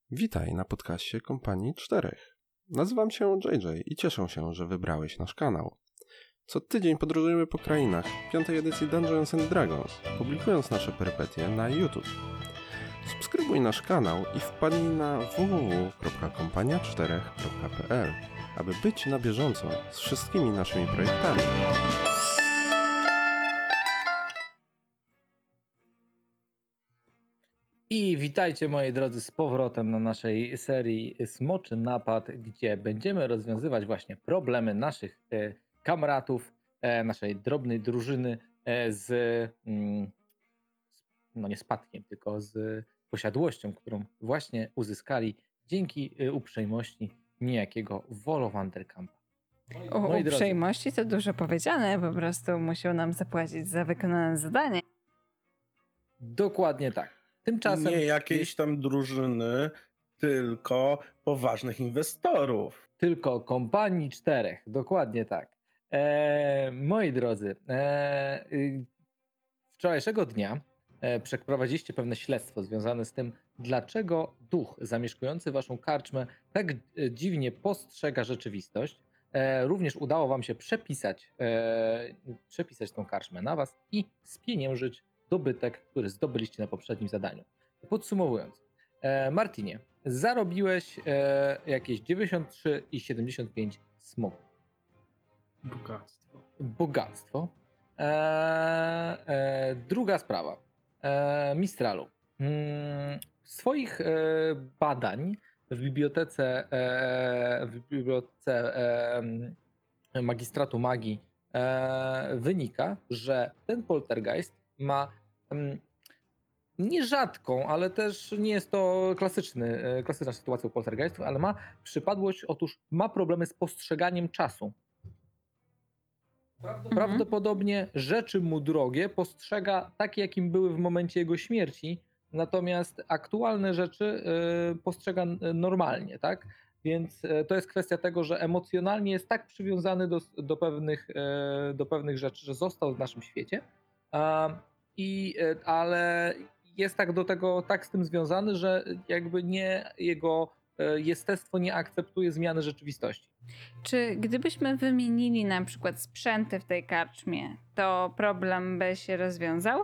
Witaj na podcaście Kompanii 4. Nazywam się JJ i cieszę się, że wybrałeś nasz kanał. Co tydzień podróżujemy po krainach 5. edycji Dungeons and Dragons, publikując nasze perypetie na YouTube. Subskrybuj nasz kanał i wpadnij na www.kompania4.pl, aby być na bieżąco z wszystkimi naszymi projektami. I witajcie moi drodzy z powrotem na naszej serii Smoczy Napad, gdzie będziemy rozwiązywać właśnie problemy naszych kamratów, naszej drobnej drużyny z, no nie spadkiem, tylko z posiadłością, którą właśnie uzyskali dzięki uprzejmości niejakiego Volo Vanderkampa. O uprzejmości to dużo powiedziane, po prostu musiał nam zapłacić za wykonane zadanie. Dokładnie tak. Tymczasem nie jakiejś tam drużyny, tylko poważnych inwestorów. Tylko Kompanii 4, dokładnie tak. Moi drodzy, wczorajszego dnia przeprowadziliście pewne śledztwo związane z tym, dlaczego duch zamieszkujący waszą karczmę tak dziwnie postrzega rzeczywistość. Również udało wam się przepisać tą karczmę na was i spieniężyć dobytek, który zdobyliście na poprzednim zadaniu. Podsumowując, Martinie, zarobiłeś jakieś 93,75 smoków. Bogactwo. Druga sprawa. Mistralu. Swoich badań w bibliotece Magistratu Magii wynika, że ten poltergeist ma nierzadką, ale też nie jest to klasyczna sytuacja u poltergeistów, ale ma przypadłość, otóż ma problemy z postrzeganiem czasu. Prawdopodobnie rzeczy mu drogie postrzega takie, jakim były w momencie jego śmierci, natomiast aktualne rzeczy postrzega normalnie, tak? Więc to jest kwestia tego, że emocjonalnie jest tak przywiązany do pewnych rzeczy, że został w naszym świecie, ale jest tak do tego tak z tym związany, że jakby jego jestestwo nie akceptuje zmiany rzeczywistości. Czy gdybyśmy wymienili na przykład sprzęty w tej karczmie, to problem by się rozwiązał?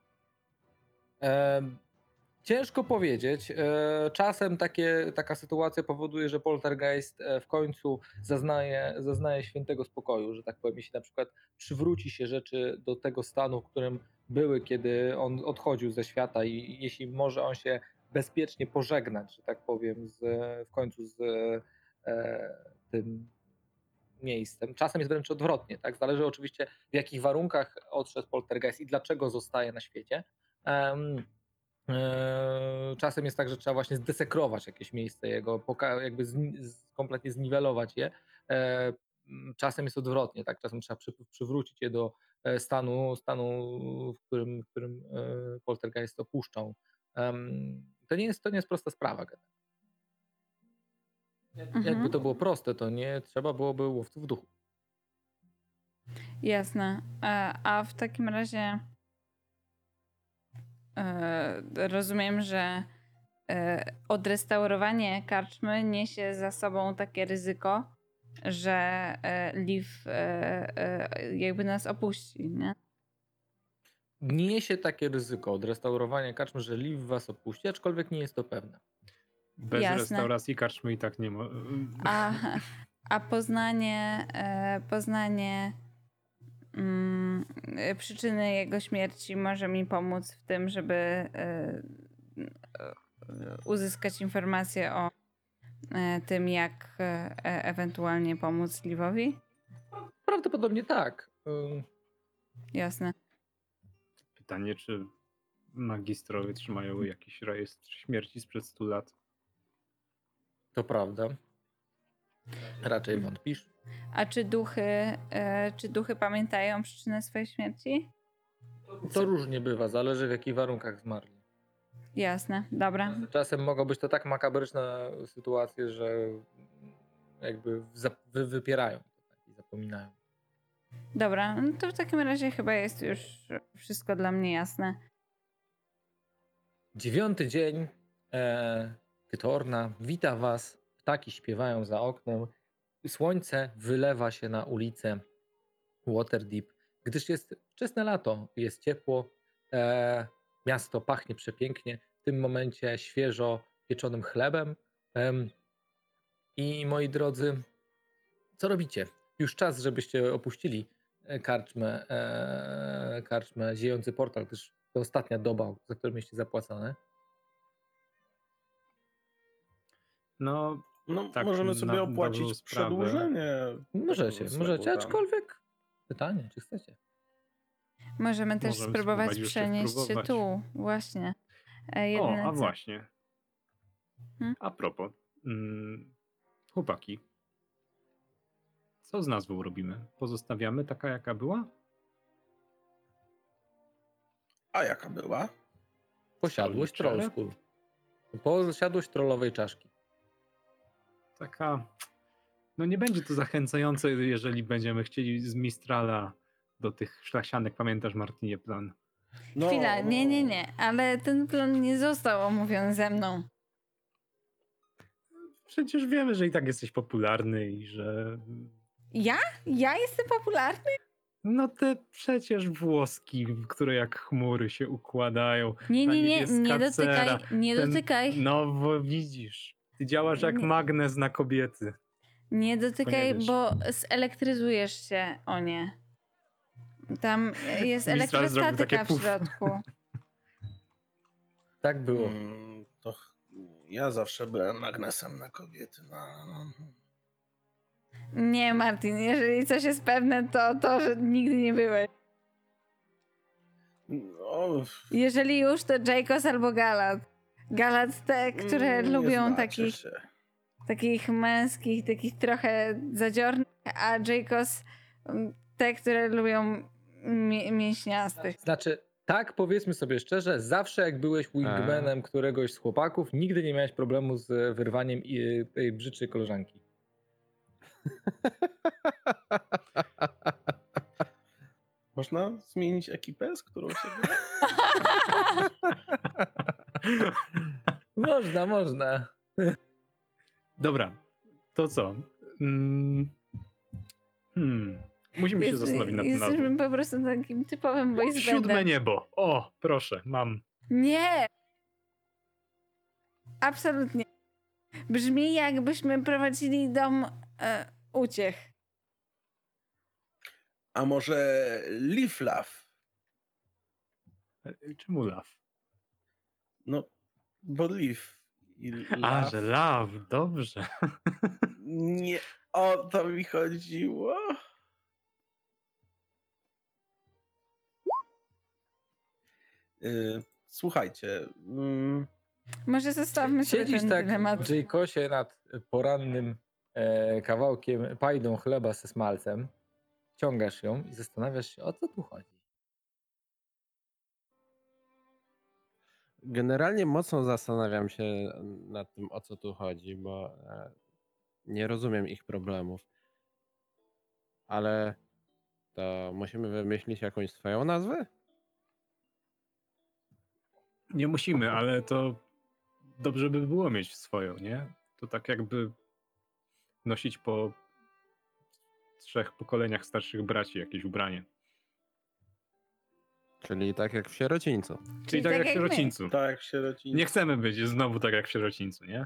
Ciężko powiedzieć. Czasem taka sytuacja powoduje, że poltergeist w końcu zaznaje świętego spokoju, że tak powiem, jeśli na przykład przywróci się rzeczy do tego stanu, w którym były, kiedy on odchodził ze świata i jeśli może on się bezpiecznie pożegnać, że tak powiem, w końcu z tym miejscem. Czasem jest wręcz odwrotnie, tak? Zależy oczywiście, w jakich warunkach odszedł poltergeist i dlaczego zostaje na świecie. Czasem jest tak, że trzeba właśnie zdesekrować jakieś miejsce jego, jakby kompletnie zniwelować je. Czasem jest odwrotnie, tak? Czasem trzeba przywrócić je do stanu, w którym poltergeist opuszczał. To nie jest prosta sprawa. Jakby to było proste, to nie trzeba byłoby łowców duchu. Jasne. A w takim razie rozumiem, że odrestaurowanie karczmy niesie za sobą takie ryzyko, że Liv jakby nas opuści, nie? Niesie takie ryzyko odrestaurowania karczmy, że Liv was opuści, aczkolwiek nie jest to pewne. Bez restauracji karczmy i tak nie ma. A poznanie przyczyny jego śmierci może mi pomóc w tym, żeby uzyskać informacje o tym, jak ewentualnie pomóc Livowi? Prawdopodobnie tak. Jasne. Pytanie, czy magistrowie trzymają jakiś rejestr śmierci sprzed 100 lat? To prawda. Raczej wątpisz. A czy duchy pamiętają przyczynę swojej śmierci? To różnie bywa, zależy w jakich warunkach zmarli. Jasne, dobra. Czasem mogą być to tak makabryczne sytuacje, że jakby wypierają i zapominają. Dobra, no to w takim razie chyba jest już wszystko dla mnie jasne. 9. dzień Tytorna, wita was, ptaki śpiewają za oknem, słońce wylewa się na ulicę Waterdeep, gdyż jest wczesne lato, jest ciepło, miasto pachnie przepięknie, w tym momencie świeżo pieczonym chlebem. I moi drodzy, co robicie? Już czas, żebyście opuścili karczmę Ziejący Portal, gdyż to ostatnia doba, za którą mieliście zapłacone. No, No, tak, możemy na sobie dobrą opłacić sprawę. przedłużenie. Możecie, swego tam. aczkolwiek pytanie, czy chcecie. Możemy też Możemy spróbować spróbować jeszcze przenieść się spróbować. tu, właśnie. O, Jedyne a co- właśnie. Hmm? A propos. Chłopaki. Co z nazwą robimy? Pozostawiamy taka, jaka była? A jaka była? Posiadłość Troll Troll School. Posiadłość trollowej czaszki. Taka... No nie będzie to zachęcające, jeżeli będziemy chcieli z Mistrala do tych szlachcianek. Pamiętasz, Martinie, plan? No, Chwila, nie, ale ten plan nie został omówiony ze mną. Przecież wiemy, że i tak jesteś popularny i że... Ja? Ja jestem popularny? No te przecież włoski, które jak chmury się układają. Nie, ta nie niebieska dotykaj, cera, nie ten- dotykaj. No bo widzisz, ty działasz jak Nie. magnes na kobiety. Nie dotykaj, wiesz. bo zelektryzujesz się, o nie. Tam jest Mistral zrobił elektrostatyka takie w puf. środku. Tak było. Ja zawsze byłem magnesem na kobiety. No. Nie, Martin, jeżeli coś jest pewne, to że nigdy nie byłeś. No, Jeżeli już, to Jacobs albo Galat. Galat te, które nie lubią znacie się. takich męskich, takich trochę zadziornych, a Jacobs te, które lubią mięśniastych. Znaczy, tak, powiedzmy sobie szczerze, zawsze jak byłeś wingmanem któregoś z chłopaków, nigdy nie miałeś problemu z wyrwaniem tej brzydszej koleżanki. Można zmienić ekipę, z którą się gra? Można. Dobra, to co? Musimy się zastanowić nad tym nazwą. Jesteśmy po prostu takim typowym boys bandem. Siódme niebo. O, proszę, mam. Nie! Absolutnie. Brzmi jakbyśmy prowadzili dom uciech. A może Leaf Laugh? Czemu love? No, bo Leaf i A, Laugh. że love, dobrze. Nie o to mi chodziło. Słuchajcie. Może zostawmy sobie Siedzisz ten tak dylemat. w Jaykosie nad porannym kawałkiem pajdą chleba ze smalcem, ciągasz ją i zastanawiasz się, o co tu chodzi. Generalnie mocno zastanawiam się nad tym, o co tu chodzi, bo nie rozumiem ich problemów. Ale to musimy wymyślić jakąś swoją nazwę? Nie musimy, ale to dobrze by było mieć swoją, nie? To tak jakby nosić po 3 pokoleniach starszych braci jakieś ubranie. Czyli tak jak w sierocińcu. Czyli tak jak w my. sierocińcu. Tak, jak się rodzi. Nie chcemy być znowu tak jak w sierocińcu, nie?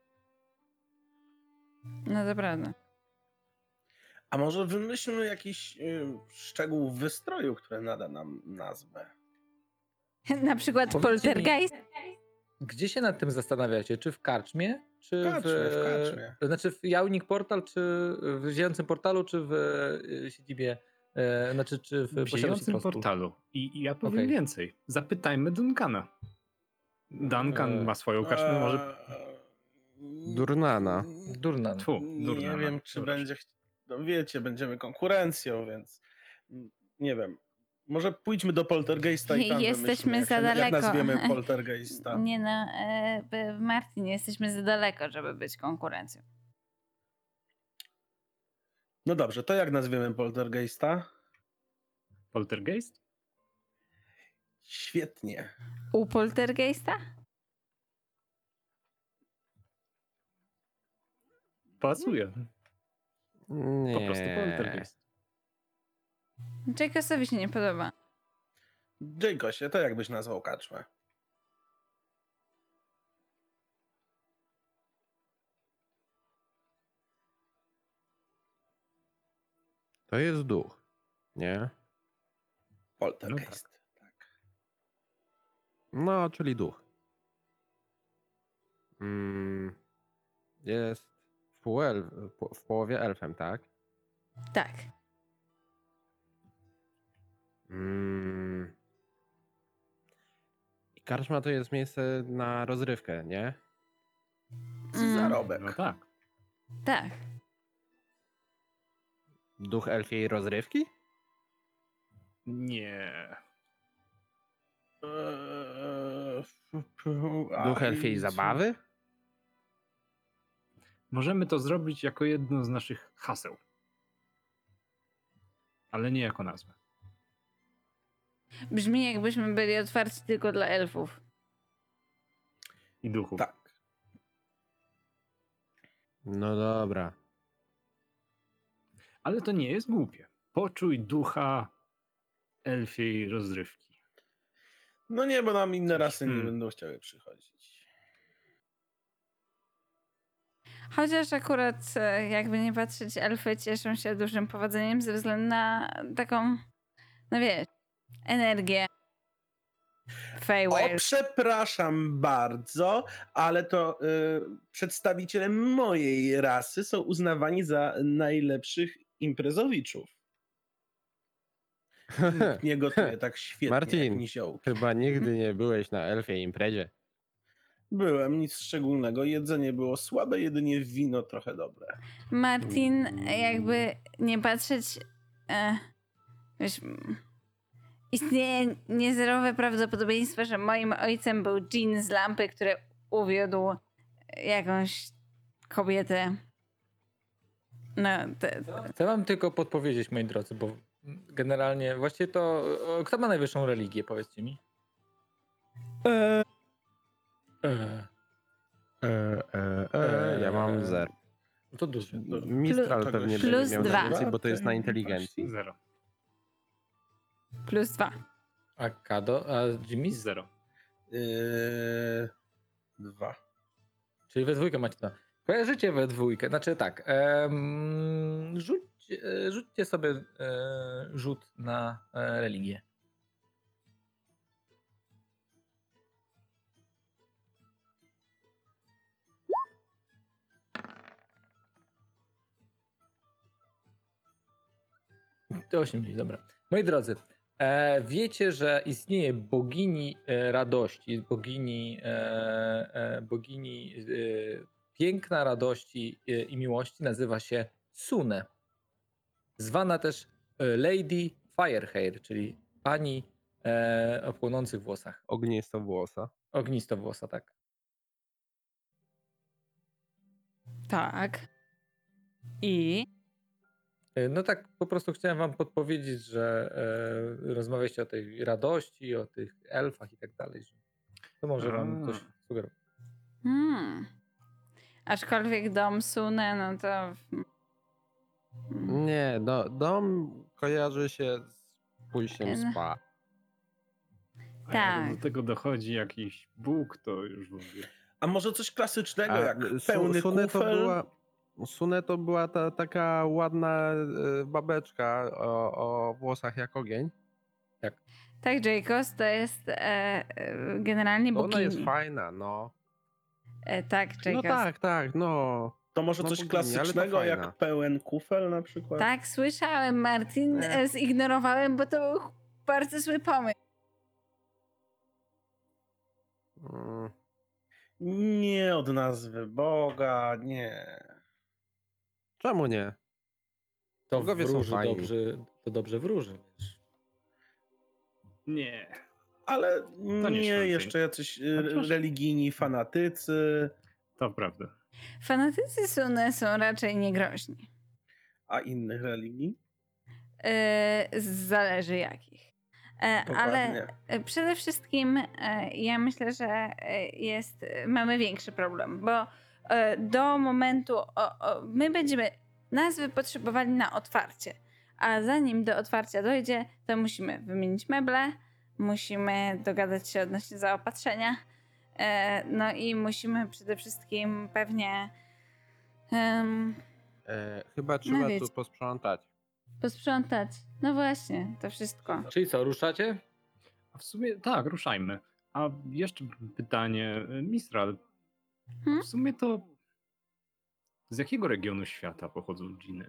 No to prawda. A może wymyślmy jakiś szczegół w wystroju, który nada nam nazwę? Na przykład Powiedzcie mi- poltergeist. Gdzie się nad tym zastanawiacie? Czy w karczmie? Czy W karczmie. Znaczy w Jałnik Portal, czy w Ziejącym Portalu, czy w siedzibie, czy w W posiadłości żyjącym Troll School? portalu. I ja powiem Okej. więcej. Zapytajmy Duncana. Duncan ma swoją karczmę, może... Durnana. Durnan. Tfu, Nie Durnana. wiem, czy Dobra. będzie. No wiecie, będziemy konkurencją, więc nie wiem. Może pójdźmy do Poltergeista i tam Jesteśmy wymyślmy, za jak daleko. nazwiemy Poltergeista. Nie no, Martin, jesteśmy za daleko, żeby być konkurencją. No dobrze, to jak nazwiemy Poltergeista? Poltergeist? Świetnie. U poltergeista? Pasuje. Nie. Po prostu poltergeist. Jacobsowi się nie podoba. Jacosie, to jakbyś nazwał karczmę? To jest duch, nie? Poltergeist. Tak. No, czyli duch. Jest w połowie elfem, tak? Tak. I karczma to jest miejsce na rozrywkę, nie? Zarobek. No tak. Tak. Duch elfiej rozrywki? Nie. Duch elfiej zabawy? Możemy to zrobić jako jedno z naszych haseł. Ale nie jako nazwę. Brzmi jakbyśmy byli otwarci tylko dla elfów. I duchów. Tak. No dobra. Ale to nie jest głupie. Poczuj ducha elfiej rozrywki. No nie, bo nam inne rasy nie Hmm. będą chciały przychodzić. Chociaż akurat, jakby nie patrzeć, elfy cieszą się dużym powodzeniem ze względu na taką, no wiesz, energię. O, Feywild. przepraszam bardzo, ale to przedstawiciele mojej rasy są uznawani za najlepszych imprezowiczów. Nikt nie gotuje tak świetnie Marcin, jak niziołki. Chyba nigdy nie byłeś na elfiej imprezie. Byłem, nic szczególnego. Jedzenie było słabe, jedynie wino trochę dobre. Martin, jakby nie patrzeć, wiesz, istnieje niezerowe prawdopodobieństwo, że moim ojcem był dżin z lampy, który uwiódł jakąś kobietę. No, Chcę wam tylko podpowiedzieć, moi drodzy, bo generalnie właściwie to... Kto ma najwyższą religię, powiedzcie mi? Ja mam 0. No to dużo. Mistral pewnie będzie plus miał 2. więcej, bo to jest na inteligencji. 0. +2. A Kado, a Jimmy? 0. 2. Czyli we dwójkę macie to. Kojarzycie we dwójkę. Znaczy tak, rzućcie sobie rzut na religię. To 80, dobra. Moi drodzy, wiecie, że istnieje bogini radości, bogini piękna, radości i miłości, nazywa się Sune. Zwana też Lady Firehair, czyli pani o płonących włosach. Ognisto włosa. Ognistowłosa, tak. Tak. I No tak po prostu chciałem wam podpowiedzieć, że rozmawiacie o tej radości, o tych elfach i tak dalej. Że to może wam coś sugerować. aczkolwiek dom Sune, no to... Nie, dom kojarzy się z pójściem spa. A Tak. jak do tego dochodzi jakiś Bóg, to już w ogóle. A może coś klasycznego, A jak pełny Sune kufel? Sune to była ta taka ładna babeczka o włosach jak ogień. Tak, Jacobs to jest generalnie To ona jest bogini. fajna, no. Tak, No Jacobs. tak, no. To może No coś bogini, ale to klasycznego, fajna. jak pełen kufel na przykład? Tak, słyszałem, Martin. Zignorowałem, bo to był bardzo zły pomysł. Mm, Nie od nazwy Boga, nie. Czemu nie? To Bogowie są wróży fajni. dobrze wróży. Wiesz. Nie. Ale nie nie świątyń. jeszcze jacyś Chociaż- religijni fanatycy, To prawda. Fanatycy Sune są raczej niegroźni. a innych religii? Zależy jakich. Ale przede wszystkim ja myślę, że mamy większy problem, bo do momentu, my będziemy nazwy potrzebowali na otwarcie, a zanim do otwarcia dojdzie, to musimy wymienić meble, musimy dogadać się odnośnie zaopatrzenia, no i musimy przede wszystkim pewnie Chyba trzeba wiecie. tu posprzątać. posprzątać. No właśnie, to wszystko. Czyli co, ruszacie? A w sumie tak, ruszajmy. A jeszcze pytanie, Mistral. W sumie to z jakiego regionu świata pochodzą dżiny?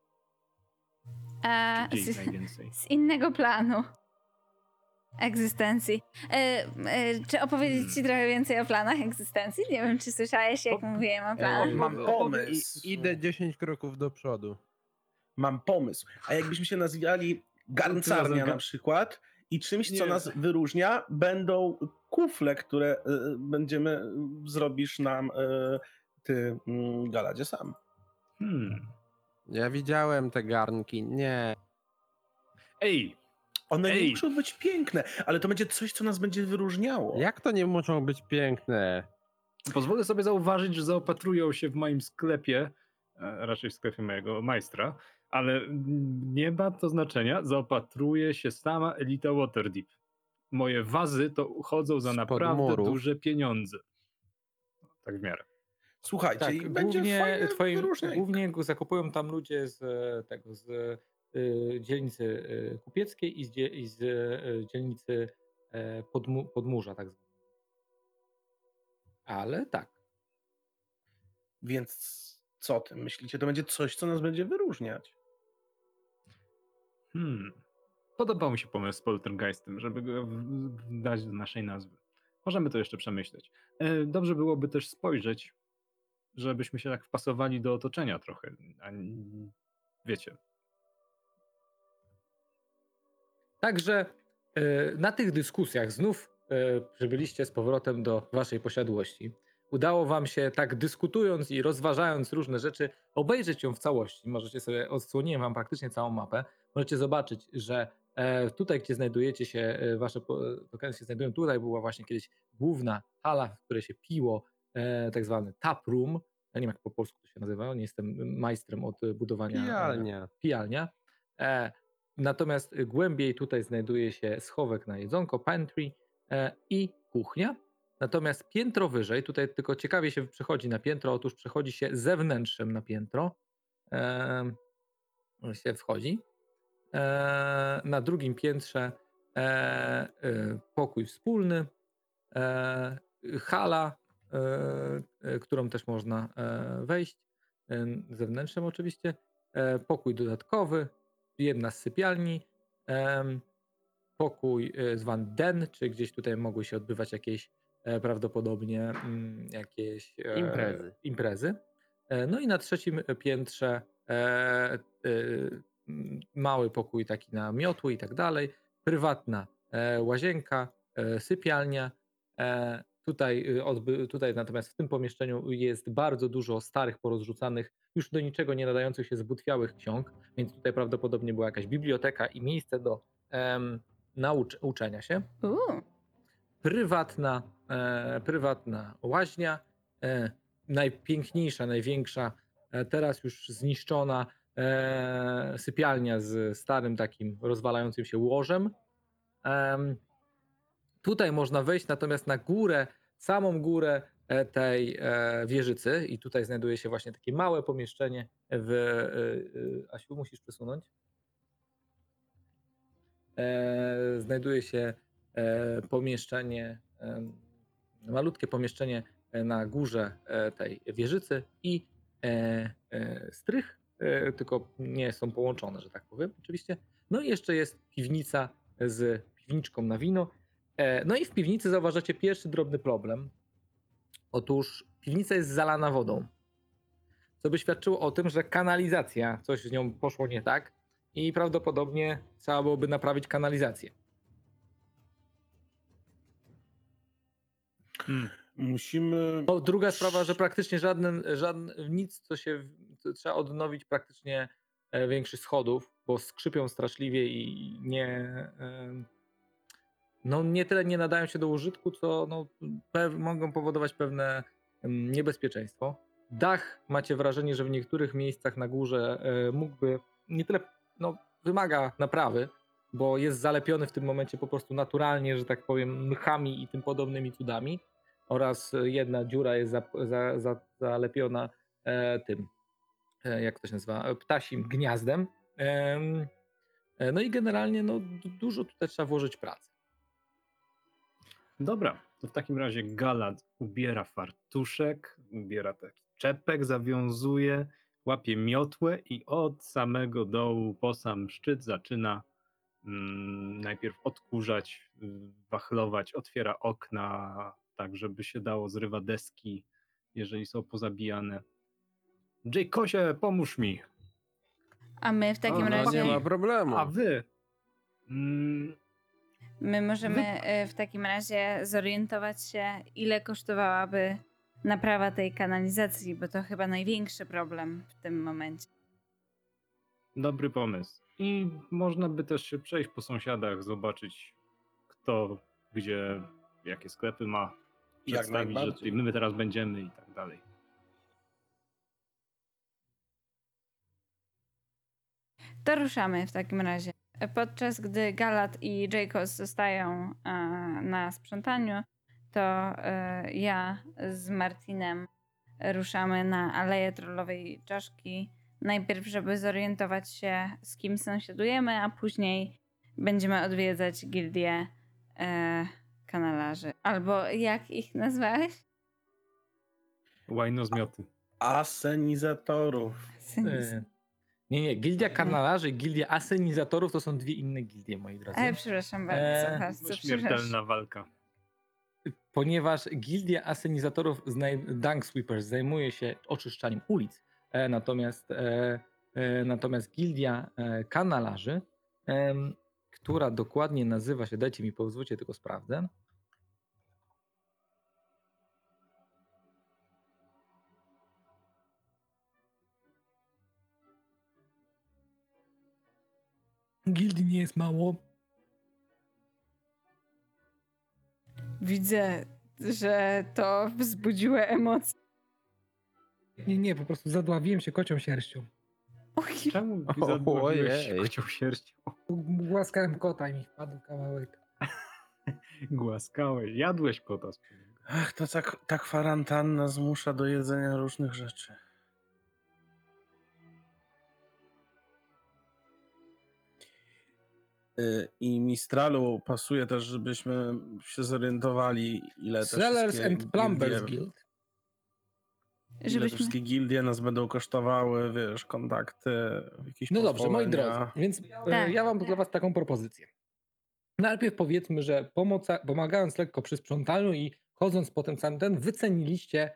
Czy gdzie ich najwięcej? Z innego planu egzystencji. Czy opowiedzieć ci trochę więcej o planach egzystencji? Nie wiem, czy słyszałeś, jak mówiłem o planach. Mam pomysł. Idę 10 kroków do przodu. Mam pomysł. A jakbyśmy się nazywali garncarnia na przykład i czymś, co Nie. nas wyróżnia, będą kufle, które zrobisz nam ty, Galadzie, sam. Ja widziałem te garnki. Nie. Ej, One Ej. nie muszą być piękne, ale to będzie coś, co nas będzie wyróżniało. Jak to nie muszą być piękne? pozwolę sobie zauważyć, że zaopatrują się w moim sklepie, raczej w sklepie mojego majstra, ale nie ma to znaczenia, zaopatruje się sama elita Waterdeep. Moje wazy to uchodzą za Spod naprawdę murów. duże pieniądze. Tak w miarę. Słuchajcie, Tak, i będzie fajne wyróżnienie. głównie zakupują tam ludzie z dzielnicy kupieckiej i z dzielnicy Podmurza tak zwanej. Ale tak. Więc co o tym myślicie? To będzie coś, co nas będzie wyróżniać. Podobał mi się pomysł z Poltergeistem, żeby go dać do naszej nazwy. Możemy to jeszcze przemyśleć. Dobrze byłoby też spojrzeć, żebyśmy się tak wpasowali do otoczenia trochę. Wiecie. Także na tych dyskusjach znów przybyliście z powrotem do waszej posiadłości. Udało wam się, tak dyskutując i rozważając różne rzeczy, obejrzeć ją w całości. Możecie sobie, odsłoniłem wam praktycznie całą mapę. Możecie zobaczyć, że tutaj, gdzie znajdujecie się, wasze tokeny się znajdują, tutaj była właśnie kiedyś główna hala, w której się piło, tak zwany tap room. Ja nie wiem, jak po polsku to się nazywa, nie jestem majstrem od budowania. Pijalnia. Natomiast głębiej tutaj znajduje się schowek na jedzonko, pantry i kuchnia. Natomiast piętro wyżej, tutaj tylko ciekawie się przechodzi na piętro, otóż przechodzi się zewnętrzem na piętro. Się wchodzi. Na drugim piętrze pokój wspólny, hala, którą też można wejść, zewnętrzem oczywiście, pokój dodatkowy, jedna z sypialni, pokój zwany den, czy gdzieś tutaj mogły się odbywać jakieś prawdopodobnie jakieś imprezy. No i na trzecim piętrze mały pokój taki na miotły i tak dalej, prywatna łazienka, sypialnia. Tutaj natomiast w tym pomieszczeniu jest bardzo dużo starych, porozrzucanych, już do niczego nie nadających się zbutwiałych ksiąg, więc tutaj prawdopodobnie była jakaś biblioteka i miejsce do uczenia się. Prywatna łaźnia, najpiękniejsza, największa, teraz już zniszczona sypialnia z starym takim rozwalającym się łożem. Tutaj można wejść natomiast na górę, samą górę tej wieżycy i tutaj znajduje się właśnie takie małe pomieszczenie Asiu, musisz przesunąć. Znajduje się pomieszczenie, malutkie pomieszczenie na górze tej wieżycy i strych, tylko nie są połączone, że tak powiem, oczywiście. No i jeszcze jest piwnica z piwniczką na wino. No i w piwnicy zauważacie pierwszy drobny problem. Otóż piwnica jest zalana wodą, co by świadczyło o tym, że kanalizacja, coś z nią poszło nie tak i prawdopodobnie trzeba byłoby naprawić kanalizację. Musimy... Druga sprawa, że praktycznie nic, co trzeba odnowić praktycznie większych schodów, bo skrzypią straszliwie i nie tyle nie nadają się do użytku, co mogą powodować pewne niebezpieczeństwo. Dach macie wrażenie, że w niektórych miejscach na górze mógłby nie tyle, no wymaga naprawy, bo jest zalepiony w tym momencie po prostu naturalnie, że tak powiem, mchami i tym podobnymi cudami, oraz jedna dziura jest zalepiona tym, jak to się nazywa, ptasim gniazdem. No i generalnie no, dużo tutaj trzeba włożyć pracy. Dobra, to w takim razie Galad ubiera fartuszek, ubiera taki czepek, zawiązuje, łapie miotłę i od samego dołu po sam szczyt zaczyna najpierw odkurzać, wachlować, otwiera okna, tak żeby się dało, zrywa deski, jeżeli są pozabijane. Jaykosie, pomóż mi! A my w takim No, razie... Nie ma problemu. A wy? Mm, My możemy w takim razie zorientować się, ile kosztowałaby naprawa tej kanalizacji, bo to chyba największy problem w tym momencie. Dobry pomysł. I można by też się przejść po sąsiadach, zobaczyć kto, gdzie, jakie sklepy ma, Jak przedstawić, że najbardziej. tutaj my teraz będziemy i tak dalej. To ruszamy w takim razie. Podczas gdy Galad i Jaycos zostają na sprzątaniu, to ja z Martinem ruszamy na Aleję Trollowej Czaszki. Najpierw, żeby zorientować się, z kim sąsiadujemy, a później będziemy odwiedzać gildię kanalarzy. Albo jak ich nazwałeś? Łajnozmioty. Asenizatorów. Nie, Gildia Karnalarzy i Gildia Asenizatorów to są dwie inne gildie, moi drodzy. Ale przepraszam bardzo, bardzo przepraszam. Śmiertelna walka. Ponieważ Gildia Asenizatorów Dung Sweepers zajmuje się oczyszczaniem ulic, natomiast Gildia Kanalarzy, która dokładnie nazywa się, dajcie mi pozwólcie, tylko sprawdzę. Gildii nie jest mało. Widzę, że to wzbudziło emocje. Nie, po prostu zadławiłem się kocią sierścią. Oj, Czemu O, zadławiłeś ojej. kocią sierścią? Głaskałem kota i mi wpadł kawałek. Głaskałeś, jadłeś kota. Ach, to ta kwarantanna zmusza do jedzenia różnych rzeczy. I Mistralu pasuje też, żebyśmy się zorientowali, ile te Sellers wszystkie and Plumbers gildie- Guild. Ile te żebyśmy... wszystkie gildie nas będą kosztowały, wiesz, kontakty, jakieś No dobrze, moi pozwolenia. drodzy, więc Tak. ja mam dla was taką propozycję. Najpierw powiedzmy, że pomagając lekko przy sprzątaniu i chodząc po tym całym wyceniliście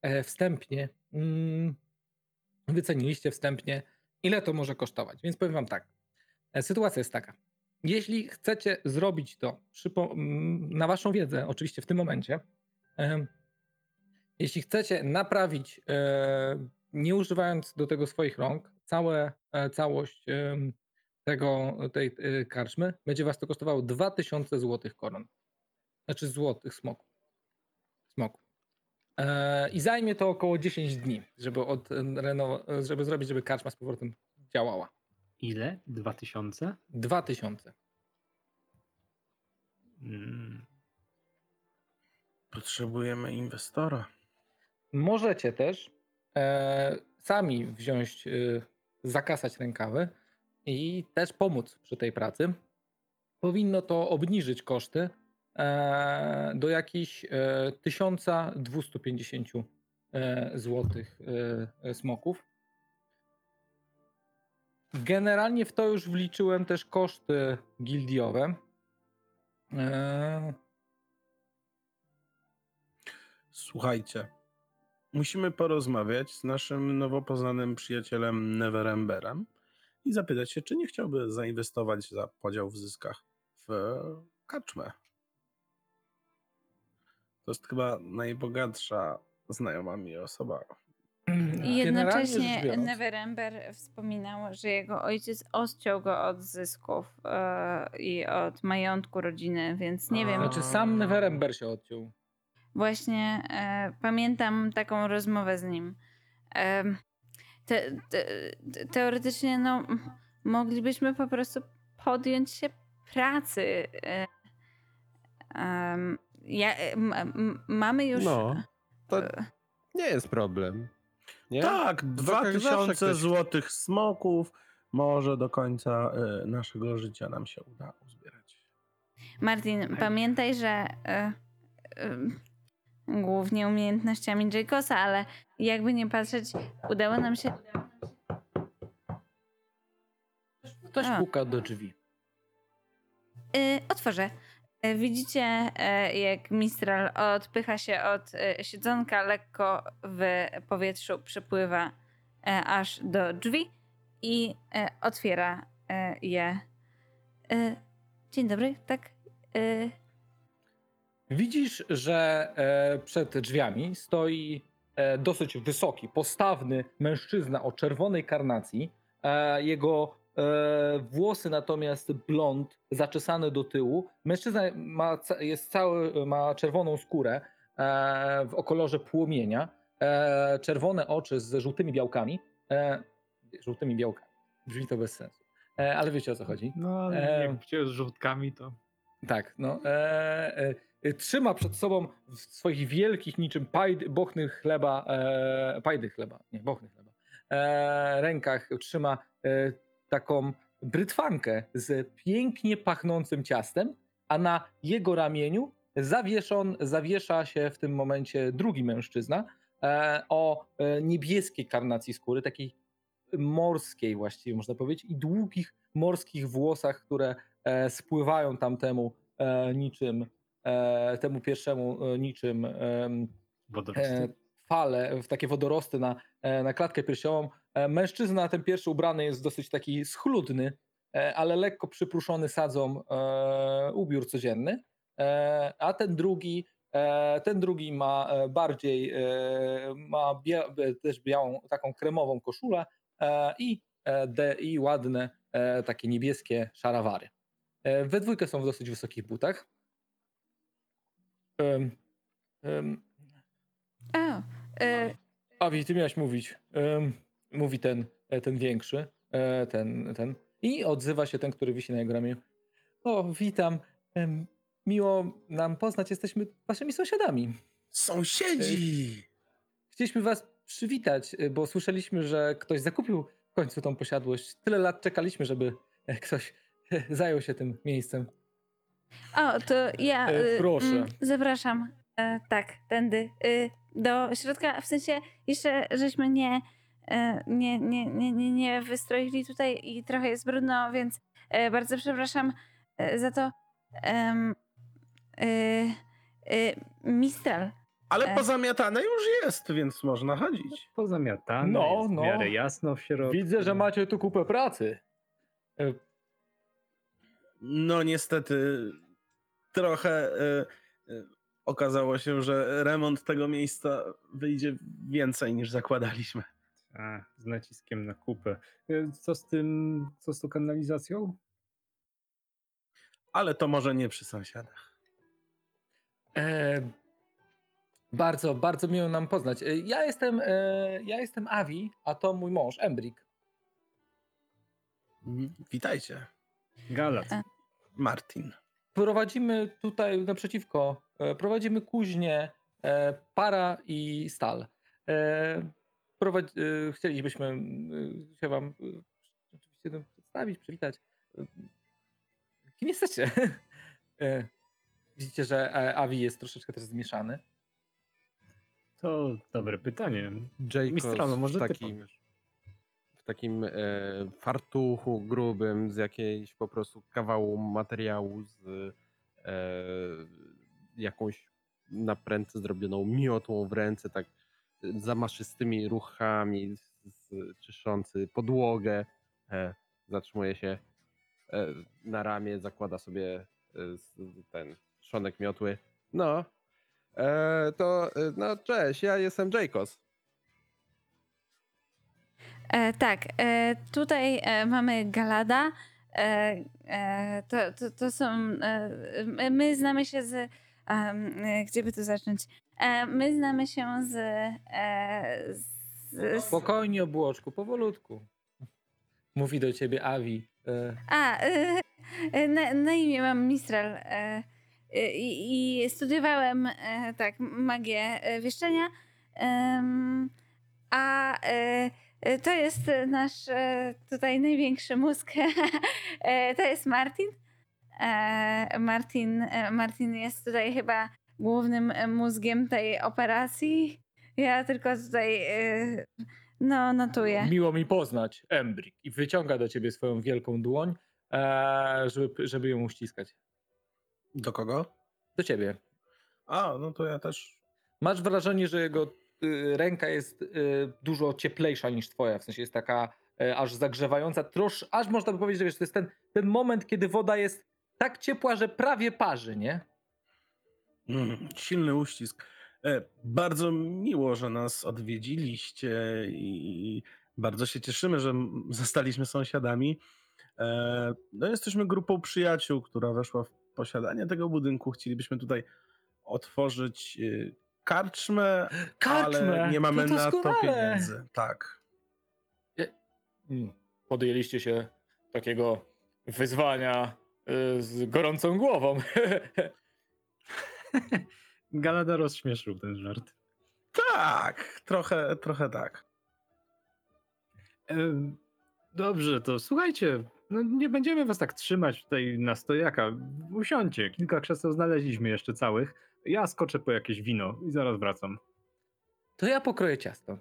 wstępnie, ile to może kosztować. Więc powiem wam tak. Sytuacja jest taka. Jeśli chcecie zrobić to na waszą wiedzę, oczywiście w tym momencie, jeśli chcecie naprawić, nie używając do tego swoich rąk, całość tej karczmy, będzie was to kosztowało 2000 złotych koron. Znaczy złotych smoków. I zajmie to około 10 dni, żeby zrobić, żeby karczma z powrotem działała. Ile? 2000? 2000. Potrzebujemy inwestora. Możecie też sami wziąć, zakasać rękawy i też pomóc przy tej pracy. Powinno to obniżyć koszty do jakichś 1250 złotych smoków. Generalnie w to już wliczyłem też koszty gildiowe. Słuchajcie, musimy porozmawiać z naszym nowo poznanym przyjacielem Neveremberem i zapytać się, czy nie chciałby zainwestować za podział w zyskach w karczmę. To jest chyba najbogatsza znajoma mi osoba. I Generalnie jednocześnie rzecz biorąc- Neverember wspominał, że jego ojciec odciął go od zysków i od majątku rodziny, więc nie wiem. Znaczy sam Neverember się odciął. Właśnie pamiętam taką rozmowę z nim, Teoretycznie no, moglibyśmy po prostu podjąć się pracy. Mamy już... No, to nie jest problem. Nie? Tak, W Dokach zawsze 2000 ktoś- złotych smoków. Może do końca naszego życia nam się uda uzbierać. Martin, pamiętaj, że głównie umiejętnościami Jaykosa, ale jakby nie patrzeć, udało nam się... Ktoś A. puka do drzwi. Otworzę. Widzicie, jak Mistral odpycha się od siedzonka, lekko w powietrzu przepływa aż do drzwi i otwiera je. Dzień dobry, tak? Widzisz, że przed drzwiami stoi dosyć wysoki, postawny mężczyzna o czerwonej karnacji. Jego włosy natomiast blond, zaczesane do tyłu. Mężczyzna ma czerwoną skórę o kolorze płomienia, czerwone oczy z żółtymi białkami. Żółtymi białkami. Brzmi to bez sensu. Ale wiecie, o co chodzi. No, ale jak wciąż z żółtkami, to... Tak, no. Trzyma przed sobą w swoich wielkich, niczym bochnych chleba, bochnych chleba, rękach trzyma taką brytwankę z pięknie pachnącym ciastem, a na jego ramieniu zawiesza się w tym momencie drugi mężczyzna o niebieskiej karnacji skóry, takiej morskiej właściwie można powiedzieć, i długich morskich włosach, które spływają tamtemu temu pierwszemu niczym Wodorosty. fale, w takie wodorosty na klatkę piersiową. Mężczyzna, ten pierwszy ubrany, jest dosyć taki schludny, ale lekko przypruszony sadzą ubiór codzienny, a ten drugi ma bardziej, też białą, taką kremową koszulę i ładne takie niebieskie szarawary. We dwójkę są w dosyć wysokich butach. Avi, ty miałeś mówić. Mówi ten większy. Ten. I odzywa się ten, który wisi na jego ramieniu. O, witam. Miło nam poznać. Jesteśmy waszymi sąsiadami. Sąsiedzi! Chcieliśmy was przywitać, bo słyszeliśmy, że ktoś zakupił w końcu tą posiadłość. Tyle lat czekaliśmy, żeby ktoś zajął się tym miejscem. O, to ja proszę. zapraszam. Tak, tędy. Do środka, w sensie jeszcze żeśmy nie wystroili tutaj i trochę jest brudno, więc bardzo przepraszam za to. Mistral. Ale pozamiatane już jest, więc można chodzić. Pozamiatane, No, jest w no. miarę jasno w środku. Widzę, że macie tu kupę pracy. No niestety trochę okazało się, że remont tego miejsca wyjdzie więcej niż zakładaliśmy. A, z naciskiem na kupę. Co z tą kanalizacją? Ale to może nie przy sąsiadach. Bardzo, bardzo miło nam poznać. Ja jestem Avi, a to mój mąż, Embrik. Witajcie, Galat. Martin. Prowadzimy tutaj naprzeciwko, prowadzimy kuźnię, para i stal. Chcielibyśmy się wam oczywiście przedstawić, przywitać. Kim jesteście? Widzicie, że Avi jest troszeczkę też zmieszany. To dobre pytanie. Jaycos Mistralo, może ty taki- powiesz. w takim fartuchu grubym z jakiejś po prostu kawału materiału z jakąś naprędce zrobioną miotłą w ręce, tak zamaszystymi ruchami, czyszczący podłogę. Zatrzymuje się na ramię, zakłada sobie ten trzonek miotły. No, no cześć, ja jestem Jaycos. Tak, tutaj mamy Galada. To są. My znamy się z. Gdzie by tu zacząć? My znamy się z Spokojnie, obłoczku, powolutku. Mówi do ciebie Avi. Na imię mam Mistral i studiowałem tak magię wieszczenia, a to jest nasz tutaj największy mózg. To jest Martin. Martin jest tutaj chyba głównym mózgiem tej operacji. Ja tylko tutaj notuję. Miło mi poznać, Embrik. I wyciąga do ciebie swoją wielką dłoń, żeby ją uściskać. Do kogo? Do ciebie. A, no to ja też. Masz wrażenie, że jego ręka jest dużo cieplejsza niż twoja. W sensie jest taka aż zagrzewająca. Aż można by powiedzieć, że wiesz, to jest ten moment, kiedy woda jest tak ciepła, że prawie parzy, nie? Silny uścisk. Bardzo miło, że nas odwiedziliście i bardzo się cieszymy, że zostaliśmy sąsiadami. No, jesteśmy grupą przyjaciół, która weszła w posiadanie tego budynku. Chcielibyśmy tutaj otworzyć karczmę, ale nie mamy na to doskonale. pieniędzy. Tak. Podjęliście się takiego wyzwania z gorącą głową. Galada rozśmieszył ten żart. Tak, trochę tak. Dobrze, to słuchajcie, no nie będziemy was tak trzymać tutaj na stojaka. Usiądźcie, kilka krzeseł znaleźliśmy jeszcze całych. Ja skoczę po jakieś wino i zaraz wracam. To ja pokroję ciasto.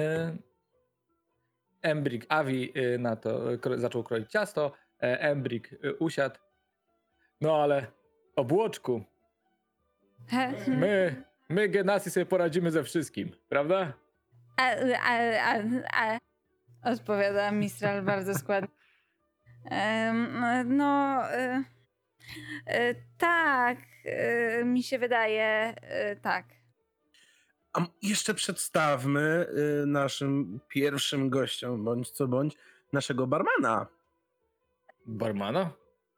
Embrik, Avi na to zaczął kroić ciasto. Embrik usiadł. No ale obłoczku, my Genasi sobie poradzimy ze wszystkim, prawda? Odpowiada Mistral bardzo składnie. Tak, mi się wydaje, tak. A jeszcze przedstawmy naszym pierwszym gościom, bądź co bądź, naszego barmana. Barmana?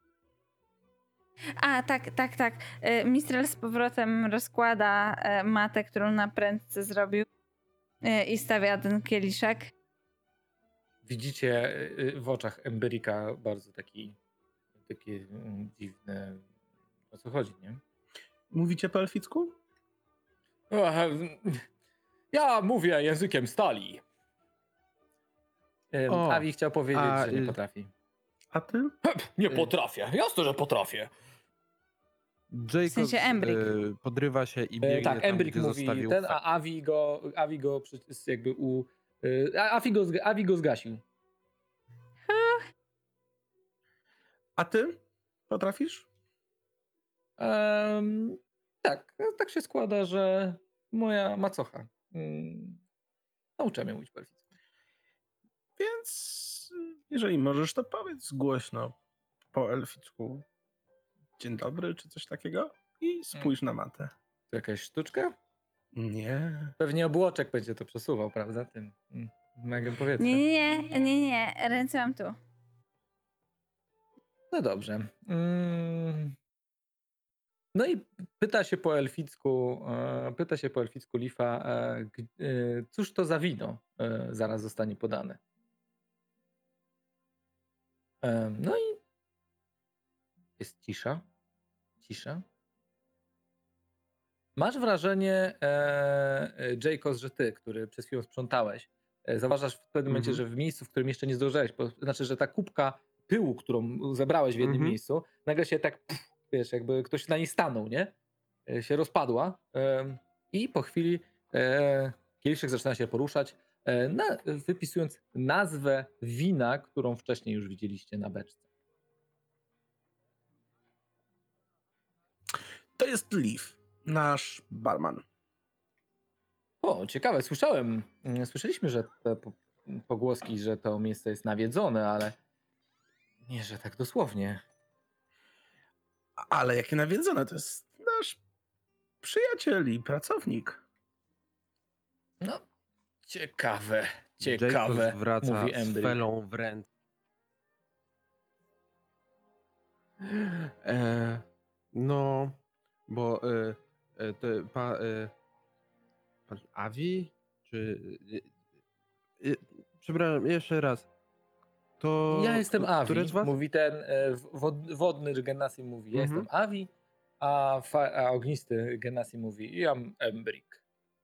Tak. Mistral z powrotem rozkłada matę, którą na prędce zrobił i stawia ten kieliszek. Widzicie w oczach Emberika bardzo takie dziwne, o co chodzi, nie? Mówicie po elficku? Ja mówię językiem stali. Avi chciał powiedzieć, że nie potrafi. A ty? Nie potrafię, jasne, że potrafię. Jacob W sensie Embrik. podrywa się i biegnie Tak, tam, Embrik gdzie mówi zostawił ten, a Avi go jakby Avi go zgasił. A ty? Potrafisz? Tak się składa, że moja macocha nauczyła mnie mówić po elficku. Więc jeżeli możesz, to powiedz głośno po elficku dzień dobry, czy coś takiego i spójrz na matę. To jakaś sztuczka? Nie. Pewnie obłoczek będzie to przesuwał, prawda? Tym magiem powietrza. Nie, ręce mam tu. No dobrze. No i pyta się po elficku Lifa, cóż to za wino zaraz zostanie podane. No i jest cisza. Masz wrażenie, Jacobs, że ty, który przez chwilę sprzątałeś, zauważasz w pewnym momencie, że w miejscu, w którym jeszcze nie zdążyłeś, znaczy, że ta kubka pyłu, którą zebrałeś w jednym miejscu, nagle się tak, wiesz, jakby ktoś na niej stanął, nie? Się rozpadła i po chwili kieliszek zaczyna się poruszać, wypisując nazwę wina, którą wcześniej już widzieliście na beczce. To jest Leaf, nasz barman. O, ciekawe, słyszeliśmy, że te pogłoski, że to miejsce jest nawiedzone, ale nie, że tak dosłownie. Ale jakie nawiedzone, to jest nasz przyjaciel i pracownik. No, ciekawe, Jacob wraca mówi z Embry. felą w ręce. No, bo pan Avi, czy Przepraszam, jeszcze raz. To... Ja jestem Avi, Który z was? mówi ten wodny Genasi mówi, ja Mhm. jestem Avi, a ognisty Genasi mówi, ja am Embrik.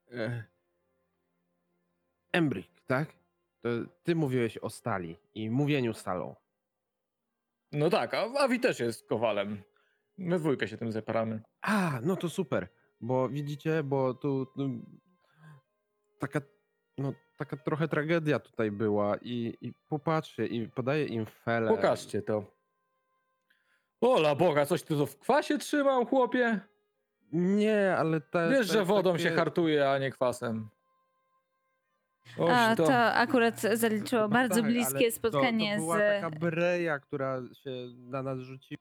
Embryk, tak? To ty mówiłeś o stali i mówieniu stalą. No tak, a Avi też jest kowalem. My dwójkę się tym zaparamy. A, no to super, bo widzicie, bo tu taka, taka trochę tragedia tutaj była i popatrzcie, i podaję im felę. Pokażcie to. Ola Boga, coś ty to w kwasie trzymał, chłopie? Nie, ale Wiesz, że wodą takie... się hartuje, a nie kwasem. Oś A, to. to akurat zaliczyło No bardzo tak, ale bliskie spotkanie to była z... taka breja, która się na nas rzuciła.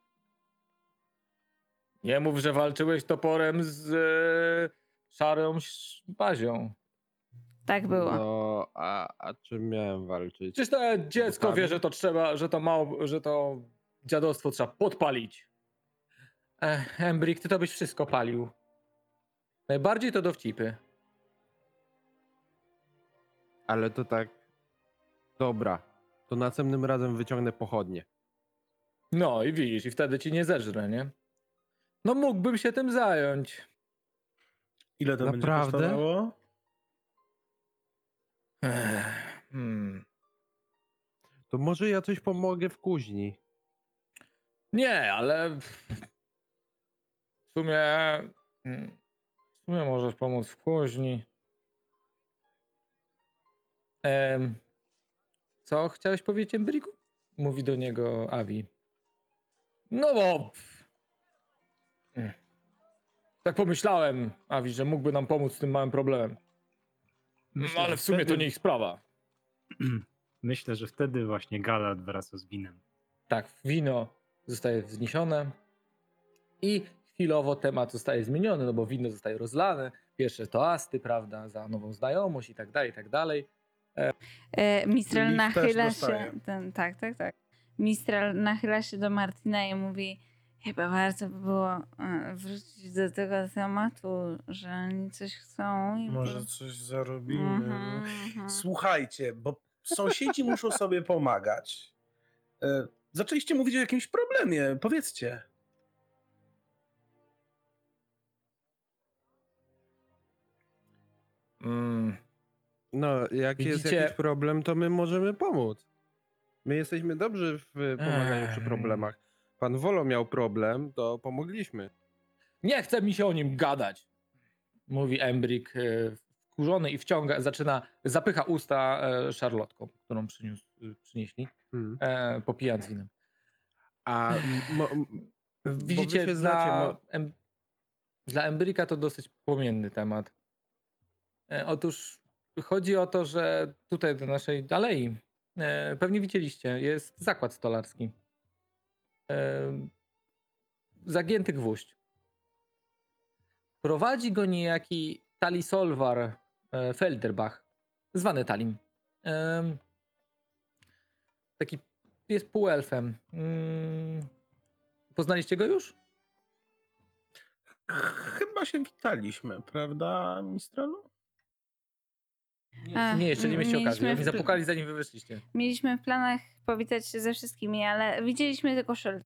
Nie mów, że walczyłeś toporem z szarą bazią. Tak było. No, a czym miałem walczyć? Przecież to dziecko Butami? wie, że to trzeba, że to dziadostwo trzeba podpalić. Embrik, ty to byś wszystko palił. Najbardziej to dowcipy. Ale to tak... Dobra, to następnym razem wyciągnę pochodnie. No i widzisz, i wtedy ci nie zeżrę, nie? No mógłbym się tym zająć. Ile to Naprawdę? będzie kosztowało? Hmm. To może ja coś pomogę w kuźni. Nie, ale w sumie możesz pomóc w kuźni. Co chciałeś powiedzieć, Embriku? Mówi do niego Avi. No bo tak pomyślałem, Avi, że mógłby nam pomóc z tym małym problemem. Myślę, Ale że w sumie to wtedy- nie ich sprawa. Myślę, że wtedy właśnie Galad wraca z winem. Tak, wino zostaje wzniesione i chwilowo temat zostaje zmieniony, no bo wino zostaje rozlane, pierwsze toasty, prawda, za nową znajomość i tak dalej, i tak dalej. Mistral Liv też nachyla dostaje. się... tak. Mistral nachyla się do Martina i mówi, chyba warto by było wrócić do tego tematu, że oni coś chcą. I Może coś zarobimy. Mhm. Słuchajcie, bo sąsiedzi muszą sobie pomagać. Zaczęliście mówić o jakimś problemie. Powiedzcie. No, jak jest Widzicie- jakiś problem, to my możemy pomóc. My jesteśmy dobrzy w pomaganiu przy problemach. Pan Wolo miał problem, to pomogliśmy. Nie chce mi się o nim gadać, mówi Embrik wkurzony i zapycha usta szarlotką, którą przynieśli, popijając winem. A bo Widzicie, wy się znacie, dla Embrika to dosyć płomienny temat. Otóż chodzi o to, że tutaj do naszej alei, pewnie widzieliście, jest zakład stolarski. Zagięty gwóźdź. Prowadzi go niejaki Talisolvar Felderbach, zwany Talim. Taki jest półelfem. Poznaliście go już? Chyba się witaliśmy, prawda, Mistralu? A, Nie, jeszcze nie mieliście okazji. mieliśmy Oni w- zapukali, zanim wy wyszliście. Mieliśmy w planach powitać się ze wszystkimi, ale widzieliśmy tylko Szel.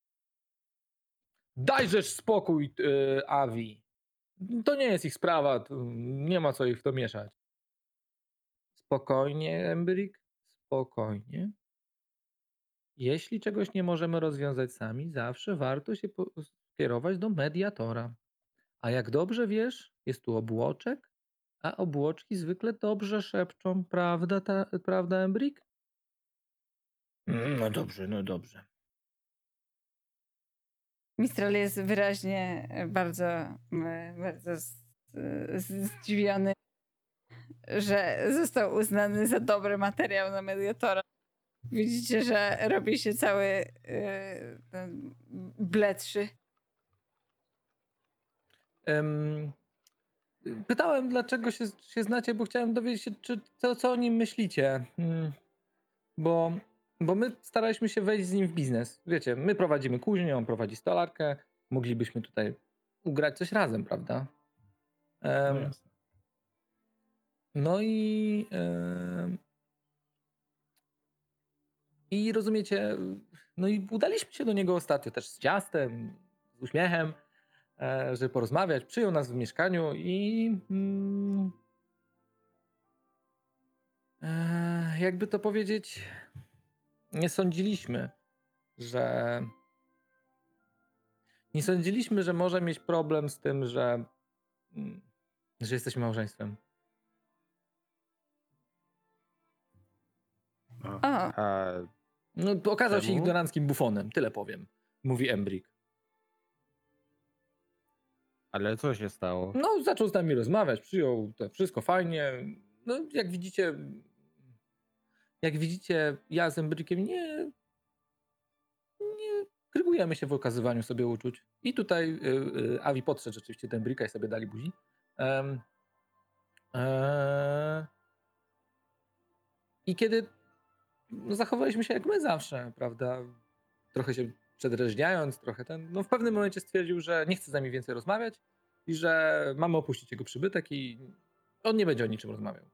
Dajżesz spokój, Avi. To nie jest ich sprawa. Nie ma co ich w to mieszać. Spokojnie, Embrik. Spokojnie. Jeśli czegoś nie możemy rozwiązać sami, zawsze warto się skierować do mediatora. A jak dobrze wiesz, jest tu obłoczek, a obłoczki zwykle dobrze szepczą. Prawda, prawda, Embrik? No dobrze, no dobrze. Mistral jest wyraźnie bardzo zdziwiony, że został uznany za dobry materiał na mediatora. Widzicie, że robi się cały bledszy. Pytałem, dlaczego się znacie, bo chciałem dowiedzieć się, co o nim myślicie. Bo my staraliśmy się wejść z nim w biznes. Wiecie, my prowadzimy kuźnię, on prowadzi stolarkę. Moglibyśmy tutaj ugrać coś razem, prawda? No jasne. No i I rozumiecie, no i udaliśmy się do niego ostatnio też z ciastem, z uśmiechem, żeby porozmawiać. Przyjął nas w mieszkaniu i jakby to powiedzieć, nie sądziliśmy, że że może mieć problem z tym, że jesteśmy małżeństwem. O, O, A No, okazał się Czemu? ignoranckim bufonem, tyle powiem, mówi Embrick. ale co się stało? No, zaczął z nami rozmawiać, przyjął to wszystko fajnie. No, jak widzicie, ja z Embrickiem nie krygujemy się w okazywaniu sobie uczuć. I tutaj Avi podszedł rzeczywiście do Embricka i sobie dali buzi. I kiedy zachowaliśmy się jak my zawsze, prawda? Trochę się przedreźniając, no w pewnym momencie stwierdził, że nie chce z nami więcej rozmawiać i że mamy opuścić jego przybytek i on nie będzie o niczym rozmawiał.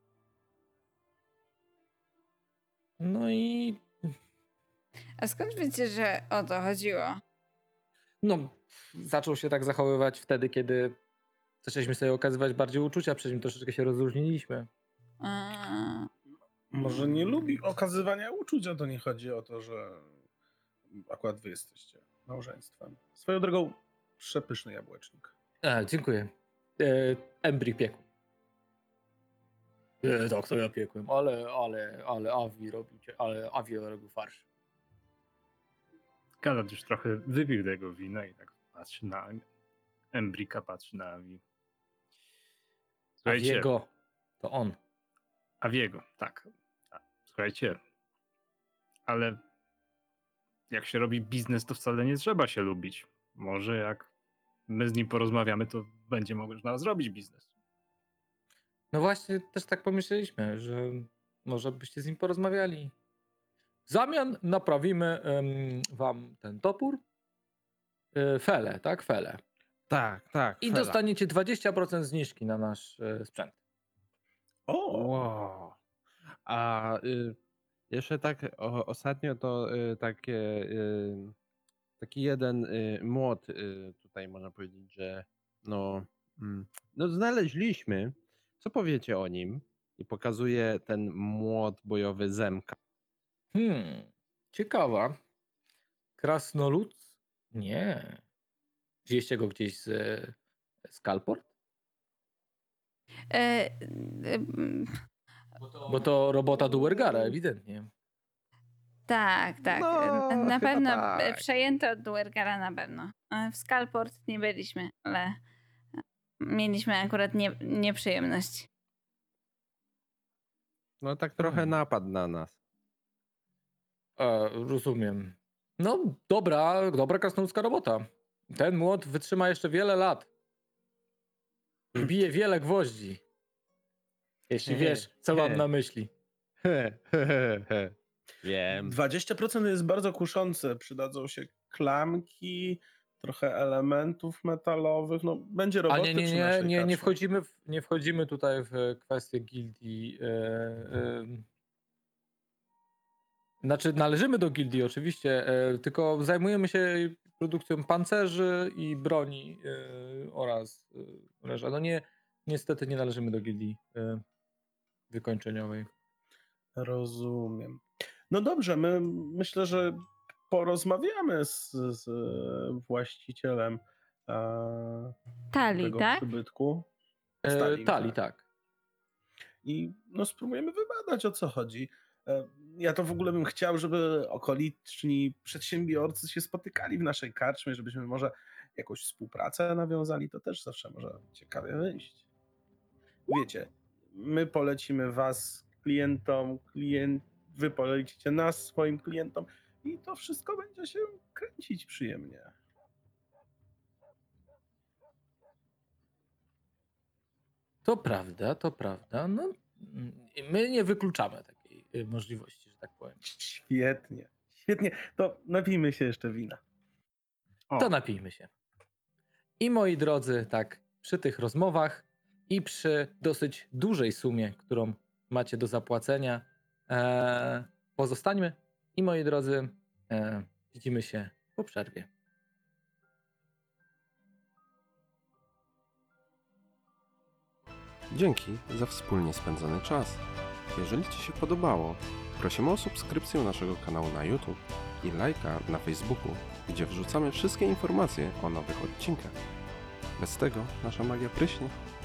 No i a skąd wiecie, że o to chodziło? no, zaczął się tak zachowywać wtedy, kiedy zaczęliśmy sobie okazywać bardziej uczucia, przy czym troszeczkę się rozróżniliśmy. A, Może nie lubi okazywania uczuć, a to nie chodzi o to, że akurat wy jesteście małżeństwem. Swoją drogą, przepyszny jabłecznik. Dziękuję. Embrick piekł. Tak, to ja piekłem, ale Avi robił farsz. Galat już trochę wypił tego wina i tak patrzy na Embricka, patrzy na Avi. Słuchajcie, Aviego, to on. Aviego, tak. Słuchajcie, ale jak się robi biznes, to wcale nie trzeba się lubić. Może jak my z nim porozmawiamy, to będzie można zrobić biznes. No właśnie, też tak pomyśleliśmy, że może byście z nim porozmawiali. W zamian naprawimy wam ten topór. Fele, tak? Fele. Tak. I dostaniecie 20% zniżki na nasz sprzęt. O! Wow. A jeszcze tak ostatnio to taki jeden młot tutaj można powiedzieć, że no znaleźliśmy. Co powiecie o nim? I pokazuje ten młot bojowy Zemka. Ciekawa. Krasnolud? Nie. Wzięliście go gdzieś z Skalport? e, Bo to robota Duergara, ewidentnie. tak. No, Na chyba pewno tak. przejęto od Duergara na pewno. W Skalport nie byliśmy, ale mieliśmy akurat nieprzyjemność. No tak trochę napadł na nas. Rozumiem. No dobra krasnoludzka robota. Ten młot wytrzyma jeszcze wiele lat. Wbije wiele gwoździ. Jeśli wiesz, co mam na myśli. Wiem. 20% jest bardzo kuszące. Przydadzą się klamki, trochę elementów metalowych. No, będzie A roboty przy naszej nie karczmie. wchodzimy tutaj w kwestię gildii. Znaczy należymy do gildii oczywiście, tylko zajmujemy się produkcją pancerzy i broni oraz oręża. No niestety nie należymy do gildii wykończeniowej. Rozumiem. No dobrze, myślę, że porozmawiamy z właścicielem Tali, tego tak? przybytku. Tali, tak. I no spróbujemy wybadać, o co chodzi. Ja to w ogóle bym chciał, żeby okoliczni przedsiębiorcy się spotykali w naszej karczmie, żebyśmy może jakąś współpracę nawiązali. To też zawsze może ciekawie wyjść. Wiecie, my polecimy was klientom, wy polecicie nas swoim klientom i to wszystko będzie się kręcić przyjemnie. To prawda. No, my nie wykluczamy takiej możliwości, że tak powiem. Świetnie. To napijmy się jeszcze wina. O, To napijmy się. I moi drodzy, tak, przy tych rozmowach i przy dosyć dużej sumie, którą macie do zapłacenia, pozostańmy I moi drodzy, widzimy się po przerwie. Dzięki za wspólnie spędzony czas. Jeżeli Ci się podobało, prosimy o subskrypcję naszego kanału na YouTube i lajka na Facebooku, gdzie wrzucamy wszystkie informacje o nowych odcinkach. Bez tego nasza magia pryśnie.